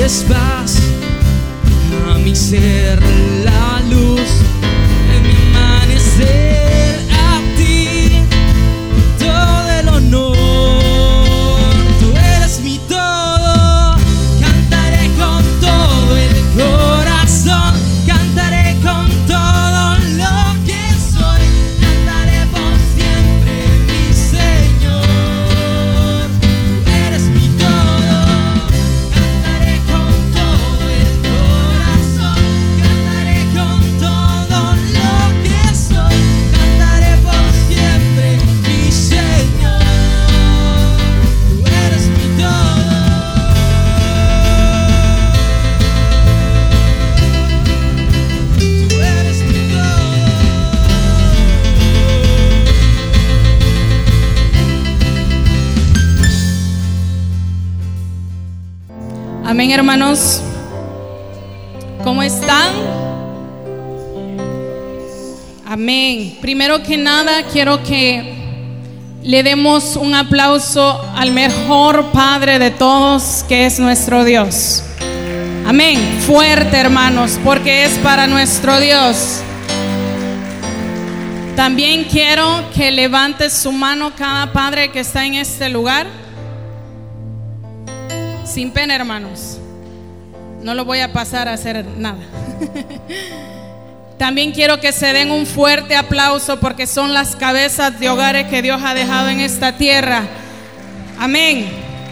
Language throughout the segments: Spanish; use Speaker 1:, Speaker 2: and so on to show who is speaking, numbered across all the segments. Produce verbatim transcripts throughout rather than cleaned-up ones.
Speaker 1: es paz a mi ser, la luz en mi amanecer. A ti todo el honor, tú eres mi todo. Cantaré con todo el corazón, cantaré con todo lo que soy, cantaré por siempre, mi Señor. Tú eres mi todo, cantaré con todo el corazón, cantaré con todo lo que soy, cantaré por siempre, mi Señor. Tú eres mi todo. Tú eres mi todo.
Speaker 2: Amén, hermanos. ¿Cómo están? Amén. Primero que nada, quiero que le demos un aplauso al mejor Padre de todos, que es nuestro Dios. Amén. Fuerte, hermanos, porque es para nuestro Dios. También quiero que levante su mano cada padre que está en este lugar. Sin pena, hermanos. No lo voy a pasar a hacer nada. También quiero que se den un fuerte aplauso porque son las cabezas de hogares que Dios ha dejado en esta tierra. Amén.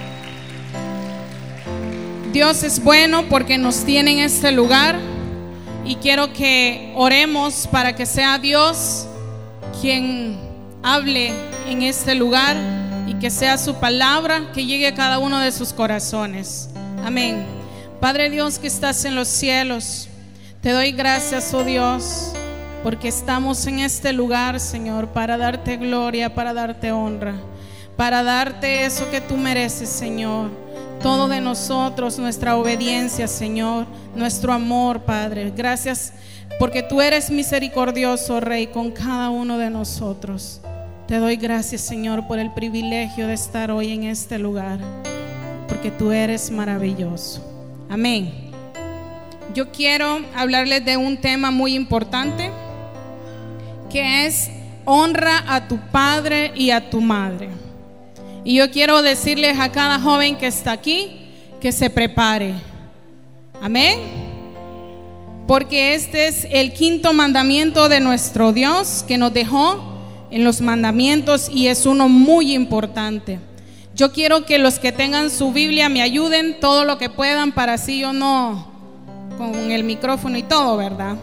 Speaker 2: Dios es bueno porque nos tiene en este lugar y quiero que oremos para que sea Dios quien hable en este lugar y que sea su palabra que llegue a cada uno de sus corazones. Amén. Padre Dios que estás en los cielos, te doy gracias, oh Dios, porque estamos en este lugar, Señor, para darte gloria, para darte honra, para darte eso que tú mereces, Señor. Todo de nosotros, nuestra obediencia, Señor, nuestro amor, Padre. Gracias porque tú eres misericordioso, Rey, con cada uno de nosotros. Te doy gracias, Señor, por el privilegio de estar hoy en este lugar, porque tú eres maravilloso. Amén. Yo quiero hablarles de un tema muy importante, que es honra a tu padre y a tu madre. Y yo quiero decirles a cada joven que está aquí que se prepare. Amén. Porque este es el quinto mandamiento de nuestro Dios que nos dejó en los mandamientos y es uno muy importante. Yo quiero que los que tengan su Biblia me ayuden todo lo que puedan para así yo no con el micrófono y todo, ¿verdad?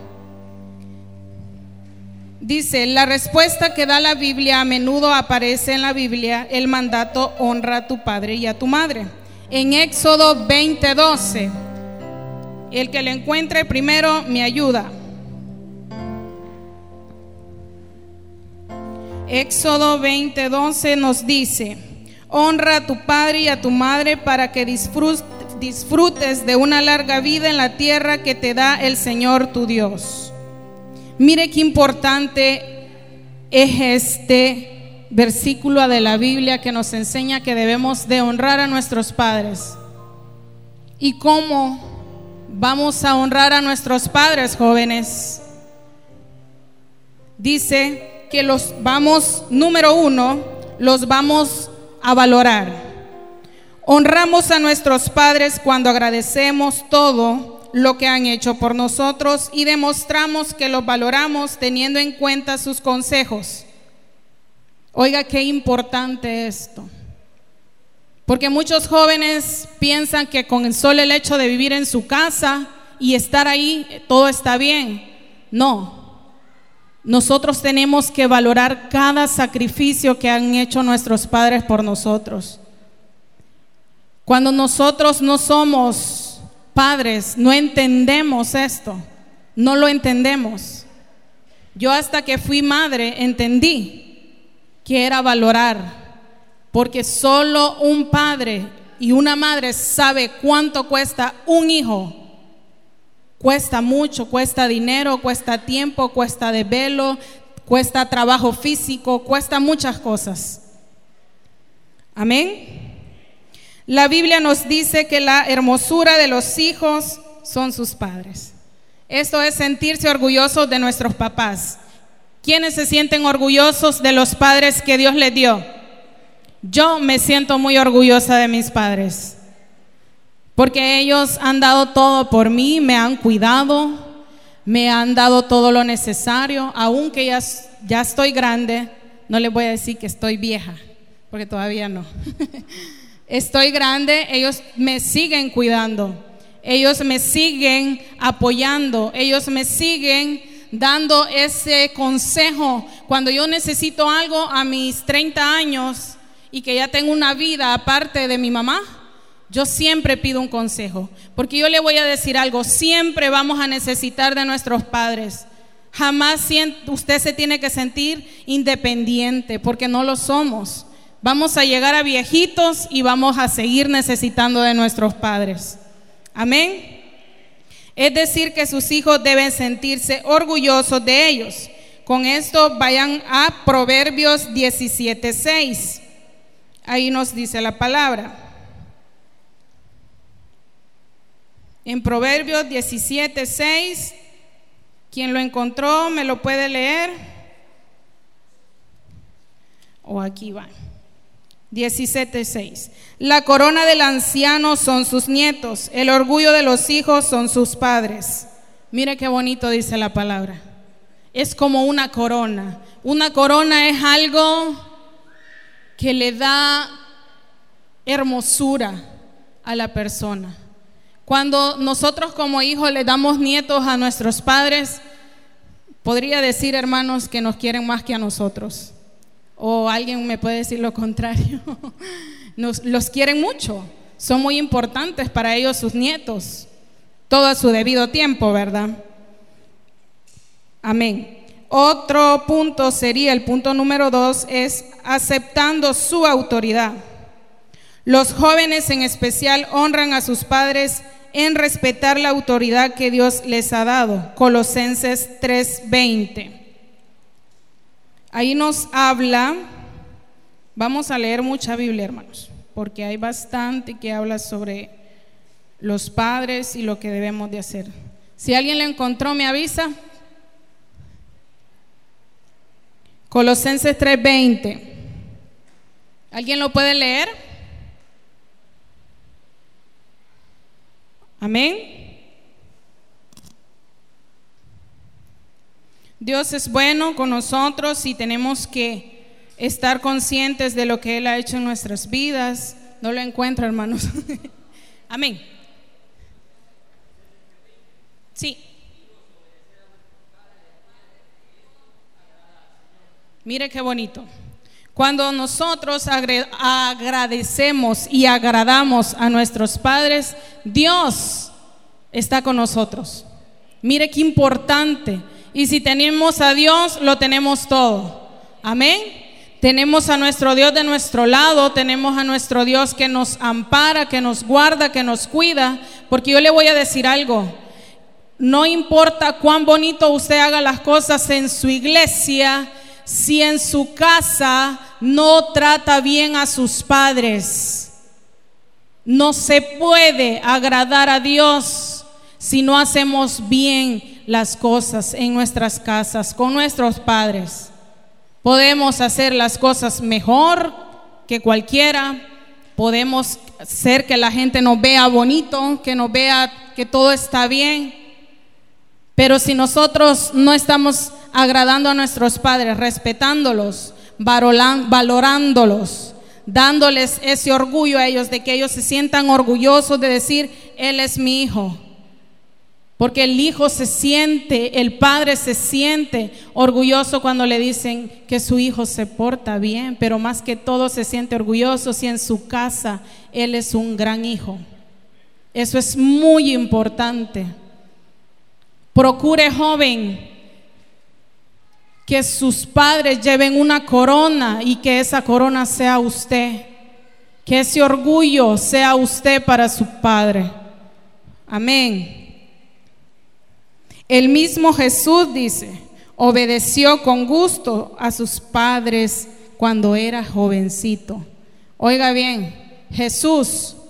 Speaker 2: Dice, la respuesta que da la Biblia, a menudo aparece en la Biblia el mandato honra a tu padre y a tu madre. En Éxodo veinte doce, el que lo encuentre primero me ayuda. Éxodo veinte doce nos dice, honra a tu padre y a tu madre para que disfrutes de una larga vida en la tierra que te da el Señor tu Dios. Mire qué importante es este versículo de la Biblia que nos enseña que debemos de honrar a nuestros padres. ¿Y cómo vamos a honrar a nuestros padres, jóvenes? Dice que los vamos, número uno, los vamos a valorar. Honramos a nuestros padres cuando agradecemos todo lo que han hecho por nosotros y demostramos que los valoramos teniendo en cuenta sus consejos. Oiga, qué importante esto, porque muchos jóvenes piensan que con el solo el hecho de vivir en su casa y estar ahí todo está bien. No, nosotros tenemos que valorar cada sacrificio que han hecho nuestros padres por nosotros. Cuando nosotros no somos padres, no entendemos esto, no lo entendemos. Yo hasta que fui madre entendí que era valorar, porque solo un padre y una madre sabe cuánto cuesta un hijo. Cuesta mucho, cuesta dinero, cuesta tiempo, cuesta desvelo, cuesta trabajo físico, cuesta muchas cosas. Amén. La Biblia nos dice que la hermosura de los hijos son sus padres. Esto es sentirse orgullosos de nuestros papás. ¿Quiénes se sienten orgullosos de los padres que Dios les dio? Yo me siento muy orgullosa de mis padres, porque ellos han dado todo por mí, me han cuidado, me han dado todo lo necesario. Aunque ya, ya estoy grande, no les voy a decir que estoy vieja, porque todavía no. Estoy grande, ellos me siguen cuidando, ellos me siguen apoyando, ellos me siguen dando ese consejo. Cuando yo necesito algo a mis treinta años y que ya tengo una vida aparte de mi mamá, yo siempre pido un consejo, porque yo le voy a decir algo: siempre vamos a necesitar de nuestros padres. Jamás usted se tiene que sentir independiente, porque no lo somos. Vamos a llegar a viejitos y vamos a seguir necesitando de nuestros padres. Amén. Es decir, que sus hijos deben sentirse orgullosos de ellos. Con esto vayan a Proverbios diecisiete seis. Ahí nos dice la palabra. En Proverbios diecisiete seis, quien lo encontró me lo puede leer. O aquí va. diecisiete seis. La corona del anciano son sus nietos, el orgullo de los hijos son sus padres. Mire qué bonito dice la palabra. Es como una corona. Una corona es algo que le da hermosura a la persona. Cuando nosotros como hijos le damos nietos a nuestros padres, podría decir, hermanos, que nos quieren más que a nosotros. O alguien me puede decir lo contrario. Nos, los quieren mucho. Son muy importantes para ellos sus nietos. Todo a su debido tiempo, ¿verdad? Amén. Otro punto sería, el punto número dos, es aceptando su autoridad. Los jóvenes en especial honran a sus padres en respetar la autoridad que Dios les ha dado. Colosenses tres veinte. Ahí nos habla, vamos a leer mucha Biblia, hermanos, porque hay bastante que habla sobre los padres y lo que debemos de hacer. Si alguien lo encontró, me avisa. Colosenses tres veinte. ¿Alguien lo puede leer? Amén. Dios es bueno con nosotros y tenemos que estar conscientes de lo que Él ha hecho en nuestras vidas. No lo encuentro, hermanos. Amén. Sí. Mire qué bonito. Cuando nosotros agradecemos y agradamos a nuestros padres, Dios está con nosotros. Mire qué importante. Y si tenemos a Dios, lo tenemos todo. Amén. Tenemos a nuestro Dios de nuestro lado, tenemos a nuestro Dios que nos ampara, que nos guarda, que nos cuida. Porque yo le voy a decir algo: no importa cuán bonito usted haga las cosas en su iglesia, si en su casa no trata bien a sus padres. No se puede agradar a Dios si no hacemos bien las cosas en nuestras casas con nuestros padres. Podemos hacer las cosas mejor que cualquiera, podemos hacer que la gente nos vea bonito, que nos vea que todo está bien, pero si nosotros no estamos agradando a nuestros padres, respetándolos, valorándolos, dándoles ese orgullo a ellos, de que ellos se sientan orgullosos de decir: Él es mi hijo. Porque el hijo se siente, el padre se siente orgulloso cuando le dicen que su hijo se porta bien, pero más que todo se siente orgulloso si en su casa él es un gran hijo. Eso es muy importante. Procure, joven, que sus padres lleven una corona y que esa corona sea usted, que ese orgullo sea usted para su padre. Amén. El mismo Jesús dice: obedeció con gusto a sus padres cuando era jovencito. Oiga bien, Jesús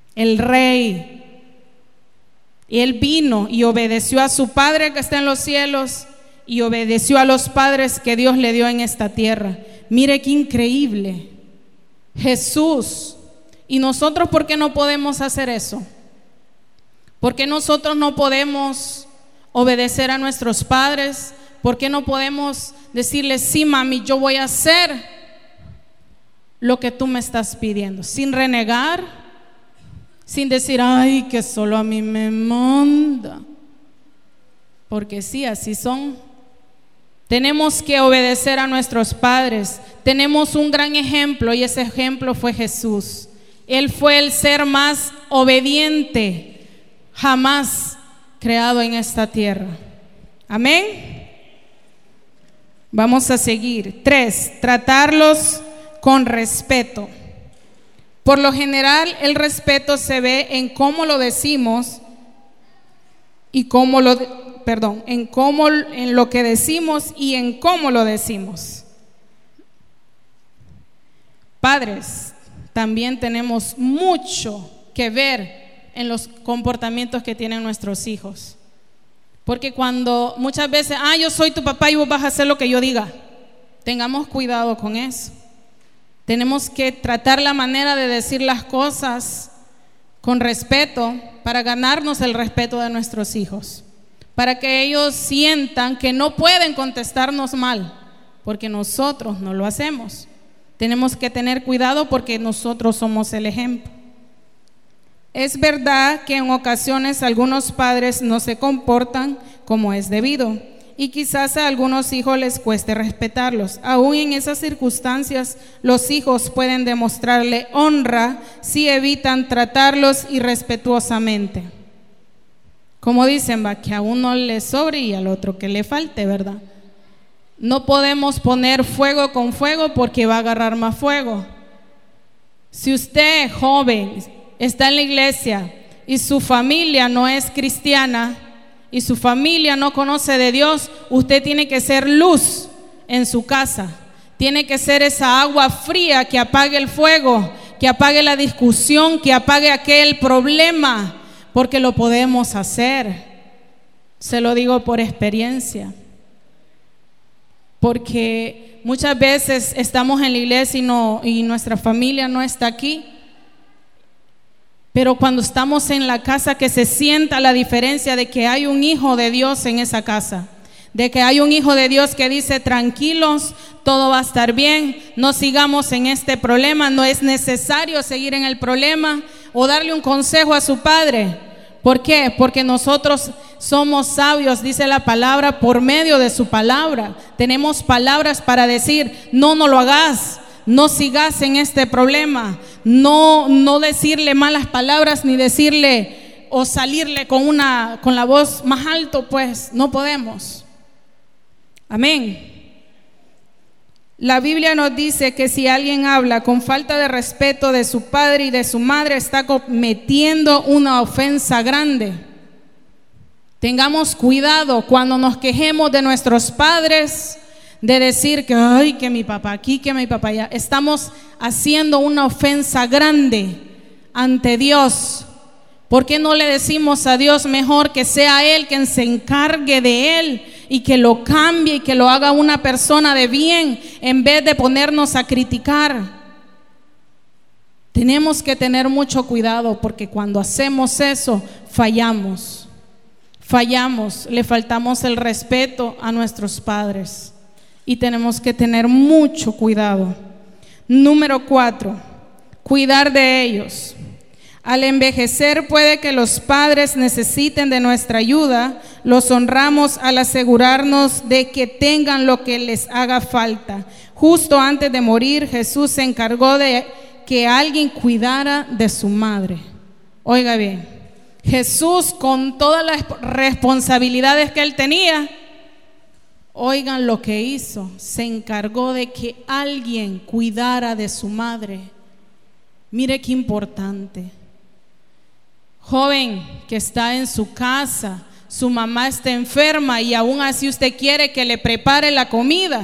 Speaker 2: el rey. Y él vino y obedeció a su Padre que está en los cielos y obedeció a los padres que Dios le dio en esta tierra. Mire qué increíble. Jesús. ¿Y nosotros por qué no podemos hacer eso? ¿Por qué nosotros no podemos obedecer a nuestros padres? ¿Por qué no podemos decirles, sí, mami, yo voy a hacer lo que tú me estás pidiendo? Sin renegar, sin decir, ay, que solo a mí me manda. Porque sí, así son. Tenemos que obedecer a nuestros padres. Tenemos un gran ejemplo y ese ejemplo fue Jesús. Él fue el ser más obediente jamás creado en esta tierra. Amén. Vamos a seguir. Tres, tratarlos con respeto. Por lo general, el respeto se ve en cómo lo decimos y cómo lo, perdón, en cómo, en lo que decimos y en cómo lo decimos. Padres, también tenemos mucho que ver en los comportamientos que tienen nuestros hijos. Porque cuando muchas veces, ah, yo soy tu papá y vos vas a hacer lo que yo diga, tengamos cuidado con eso. Tenemos que tratar la manera de decir las cosas con respeto para ganarnos el respeto de nuestros hijos, para que ellos sientan que no pueden contestarnos mal, porque nosotros no lo hacemos. Tenemos que tener cuidado porque nosotros somos el ejemplo. Es verdad que en ocasiones algunos padres no se comportan como es debido y quizás a algunos hijos les cueste respetarlos. Aún en esas circunstancias, los hijos pueden demostrarle honra si evitan tratarlos irrespetuosamente. Como dicen, va, que a uno le sobre y al otro que le falte, ¿verdad? No podemos poner fuego con fuego porque va a agarrar más fuego. Si usted, joven, está en la iglesia y su familia no es cristiana y su familia no conoce de Dios, usted tiene que ser luz en su casa. Tiene que ser esa agua fría que apague el fuego, que apague la discusión, que apague aquel problema, porque lo podemos hacer. Se lo digo por experiencia. Porque muchas veces estamos en la iglesia y, no, y nuestra familia no está aquí. Pero cuando estamos en la casa, que se sienta la diferencia de que hay un hijo de Dios en esa casa, de que hay un hijo de Dios que dice, tranquilos, todo va a estar bien, no sigamos en este problema, no es necesario seguir en el problema, o darle un consejo a su padre. ¿Por qué? Porque nosotros somos sabios, dice la palabra, por medio de su palabra. Tenemos palabras para decir, no, no lo hagas, no sigas en este problema. No, no decirle malas palabras, ni decirle o salirle con, una, con la voz más alto, pues no podemos. Amén. La Biblia nos dice que si alguien habla con falta de respeto de su padre y de su madre, está cometiendo una ofensa grande. Tengamos cuidado cuando nos quejemos de nuestros padres, de decir que, ay, que mi papá aquí, que mi papá allá. Estamos haciendo una ofensa grande ante Dios. ¿Por qué no le decimos a Dios mejor que sea Él quien se encargue de él y que lo cambie y que lo haga una persona de bien, en vez de ponernos a criticar? Tenemos que tener mucho cuidado, porque cuando hacemos eso fallamos. Fallamos, le faltamos el respeto a nuestros padres y tenemos que tener mucho cuidado. Número cuatro, cuidar de ellos. Al envejecer puede que los padres necesiten de nuestra ayuda. Los honramos al asegurarnos de que tengan lo que les haga falta. Justo antes de morir, Jesús se encargó de que alguien cuidara de su madre. Oiga bien, Jesús, con todas las responsabilidades que él tenía, oigan lo que hizo, se encargó de que alguien cuidara de su madre. Mire qué importante. Joven que está en su casa, su mamá está enferma y aún así usted quiere que le prepare la comida.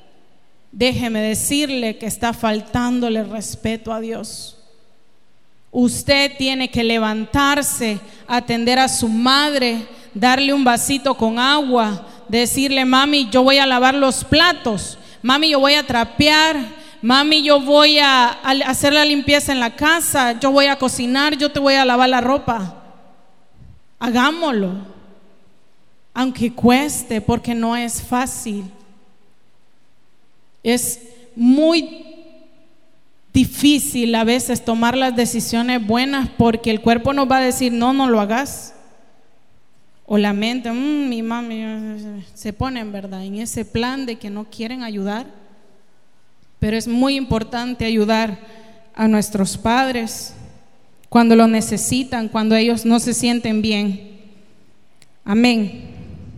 Speaker 2: Déjeme decirle que está faltándole respeto a Dios. usted tiene que levantarse, atender a su madre, darle un vasito con agua, decirle: mami, yo voy a lavar los platos, mami, yo voy a trapear, mami, yo voy a, a hacer la limpieza en la casa, yo voy a cocinar, yo te voy a lavar la ropa. Hagámoslo, aunque cueste, porque no es fácil. Es muy difícil a veces tomar las decisiones buenas, porque el cuerpo nos va a decir: no, no lo hagas. O la mente, mmm, mi mami, se ponen, ¿verdad?, en ese plan de que no quieren ayudar. Pero es muy importante ayudar a nuestros padres cuando lo necesitan, cuando ellos no se sienten bien. Amén.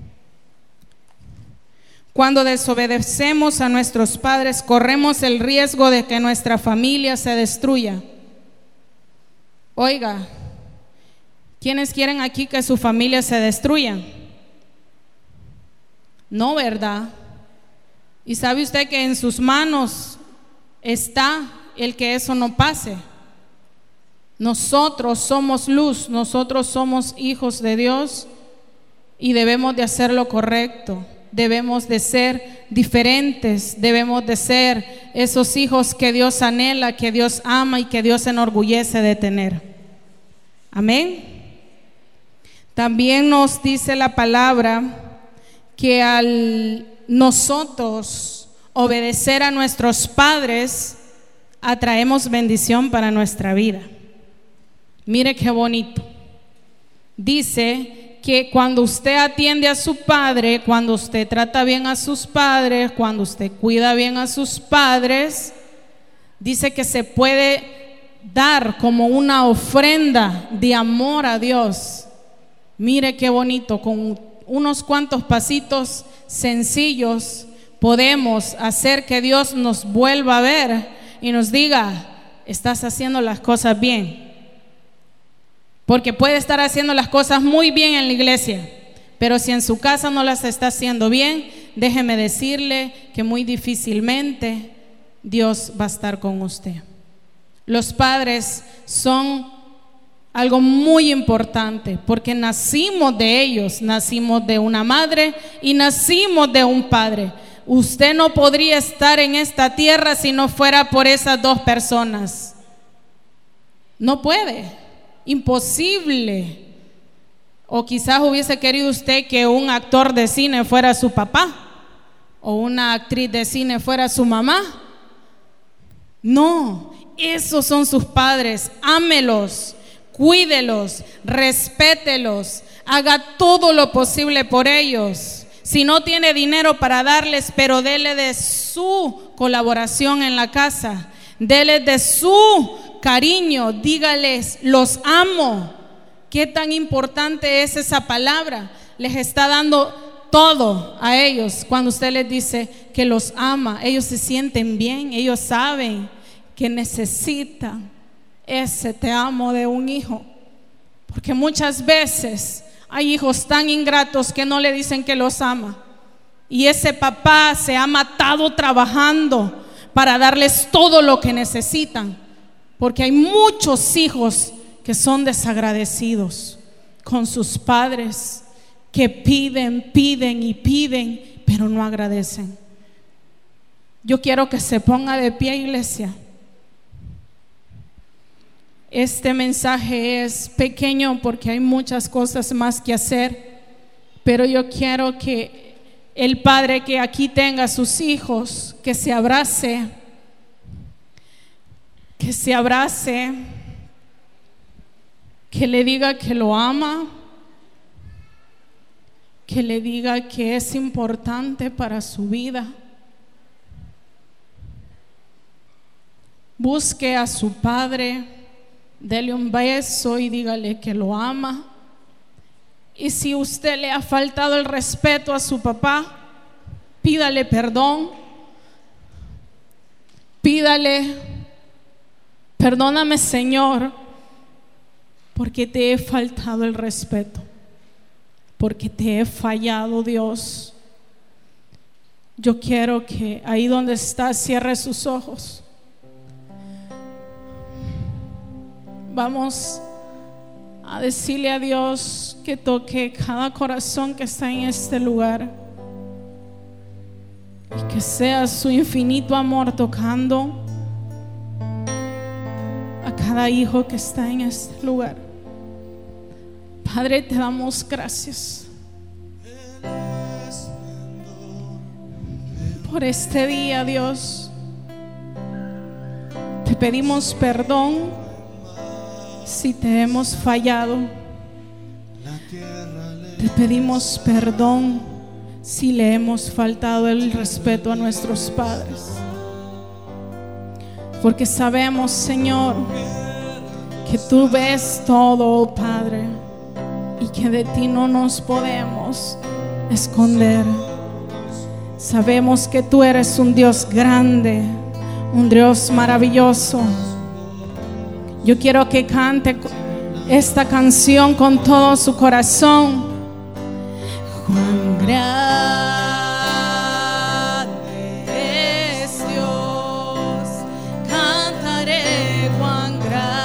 Speaker 2: Cuando desobedecemos a nuestros padres, corremos el riesgo de que nuestra familia se destruya. Oiga, ¿quiénes quieren aquí que su familia se destruya? No, ¿verdad? Y sabe usted que en sus manos está el que eso no pase. Nosotros somos luz, nosotros somos hijos de Dios y debemos de hacer lo correcto. Debemos de ser diferentes, debemos de ser esos hijos que Dios anhela, que Dios ama y que Dios se enorgullece de tener. Amén. También nos dice la palabra que al nosotros obedecer a nuestros padres, atraemos bendición para nuestra vida. Mire qué bonito. Dice que cuando usted atiende a su padre, cuando usted trata bien a sus padres, cuando usted cuida bien a sus padres, dice que se puede dar como una ofrenda de amor a Dios. Mire qué bonito, con unos cuantos pasitos sencillos podemos hacer que Dios nos vuelva a ver y nos diga: estás haciendo las cosas bien. Porque puede estar haciendo las cosas muy bien en la iglesia, pero si en su casa no las está haciendo bien, déjeme decirle que muy difícilmente Dios va a estar con usted. Los padres son algo muy importante, porque nacimos de ellos, nacimos de una madre y nacimos de un padre. Usted no podría estar en esta tierra si no fuera por esas dos personas. No puede, imposible. O quizás hubiese querido usted que un actor de cine fuera su papá, o una actriz de cine fuera su mamá. No, esos son sus padres. Ámelos, cuídelos, respételos, haga todo lo posible por ellos. Si no tiene dinero para darles, pero dele de su colaboración en la casa, dele de su cariño, dígales: los amo. ¿Qué tan importante es esa palabra? Les está dando todo a ellos cuando usted les dice que los ama. Ellos se sienten bien, ellos saben que necesitan ese te amo de un hijo, porque muchas veces hay hijos tan ingratos que no le dicen que los ama, y ese papá se ha matado trabajando para darles todo lo que necesitan, porque hay muchos hijos que son desagradecidos con sus padres, que piden, piden y piden, pero no agradecen. Yo quiero que se ponga de pie, iglesia. Este mensaje es pequeño porque hay muchas cosas más que hacer, pero yo quiero que el padre que aquí tenga a sus hijos, que se abrace, que se abrace, que le diga que lo ama, que le diga que es importante para su vida. Busque a su padre, dele un beso y dígale que lo ama. Y si usted le ha faltado el respeto a su papá, pídale perdón. Pídale: perdóname, Señor, porque te he faltado el respeto, porque te he fallado, Dios. Yo quiero que ahí donde está cierre sus ojos. vamos a decirle a Dios que toque cada corazón que está en este lugar y que sea su infinito amor tocando a cada hijo que está en este lugar. Padre, te damos gracias por este día, Dios. Te pedimos perdón si te hemos fallado. Te pedimos perdón si le hemos faltado el respeto a nuestros padres. Porque sabemos, Señor, que tú ves todo, Padre, y que de ti no nos podemos esconder. Sabemos que tú eres un Dios grande, un Dios maravilloso. Yo quiero que cante esta canción con todo su corazón. Cuán grande es Dios, cantaré cuán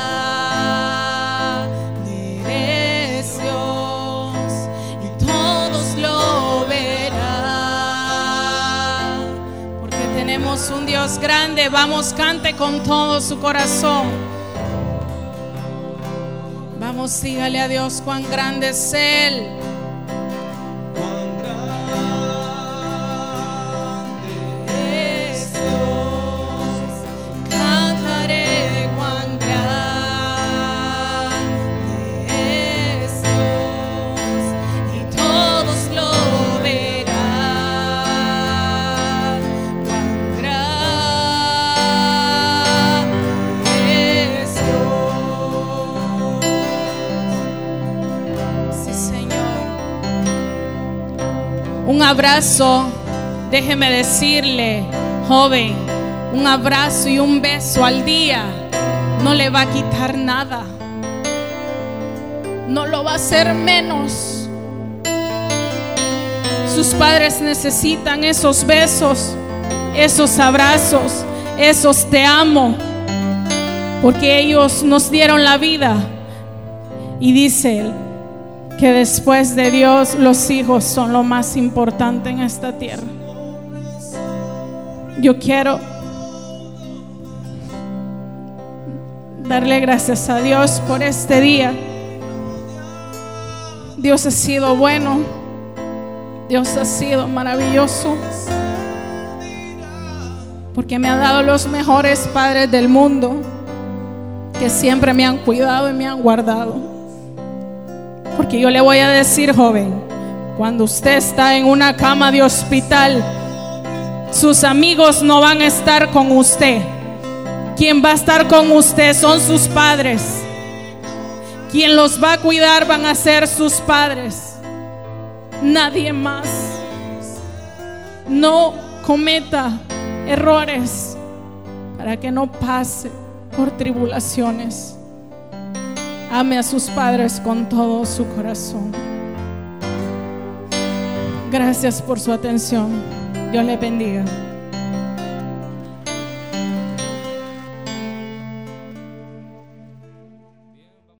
Speaker 2: grande es Dios, y todos lo verán, porque tenemos un Dios grande. Vamos, cante con todo su corazón. Vamos, dígale a Dios cuán grande es Él.
Speaker 1: Cuán grande es Dios,
Speaker 2: Cantaré cuán grande es Dios, y todos lo verán. Cuán grande es Dios. Sí, Señor. Un abrazo, déjeme decirle, joven, un abrazo y un beso al día no le va a quitar nada, no lo va a hacer menos. Sus padres necesitan esos besos, esos abrazos, esos te amo, porque ellos nos dieron la vida. Y dice él que después de Dios los hijos son lo más importante en esta tierra. Yo quiero darle gracias a Dios por este día. Dios ha sido bueno, Dios ha sido maravilloso, porque me ha dado los mejores padres del mundo, que siempre me han cuidado y me han guardado. Porque yo le voy a decir, joven, cuando usted está en una cama de hospital, sus amigos no van a estar con usted. Quien va a estar con usted son sus padres. Quien los va a cuidar van a ser sus padres, nadie más. No cometa errores para que no pase por tribulaciones. Ame a sus padres con todo su corazón. Gracias por su atención. Dios le bendiga.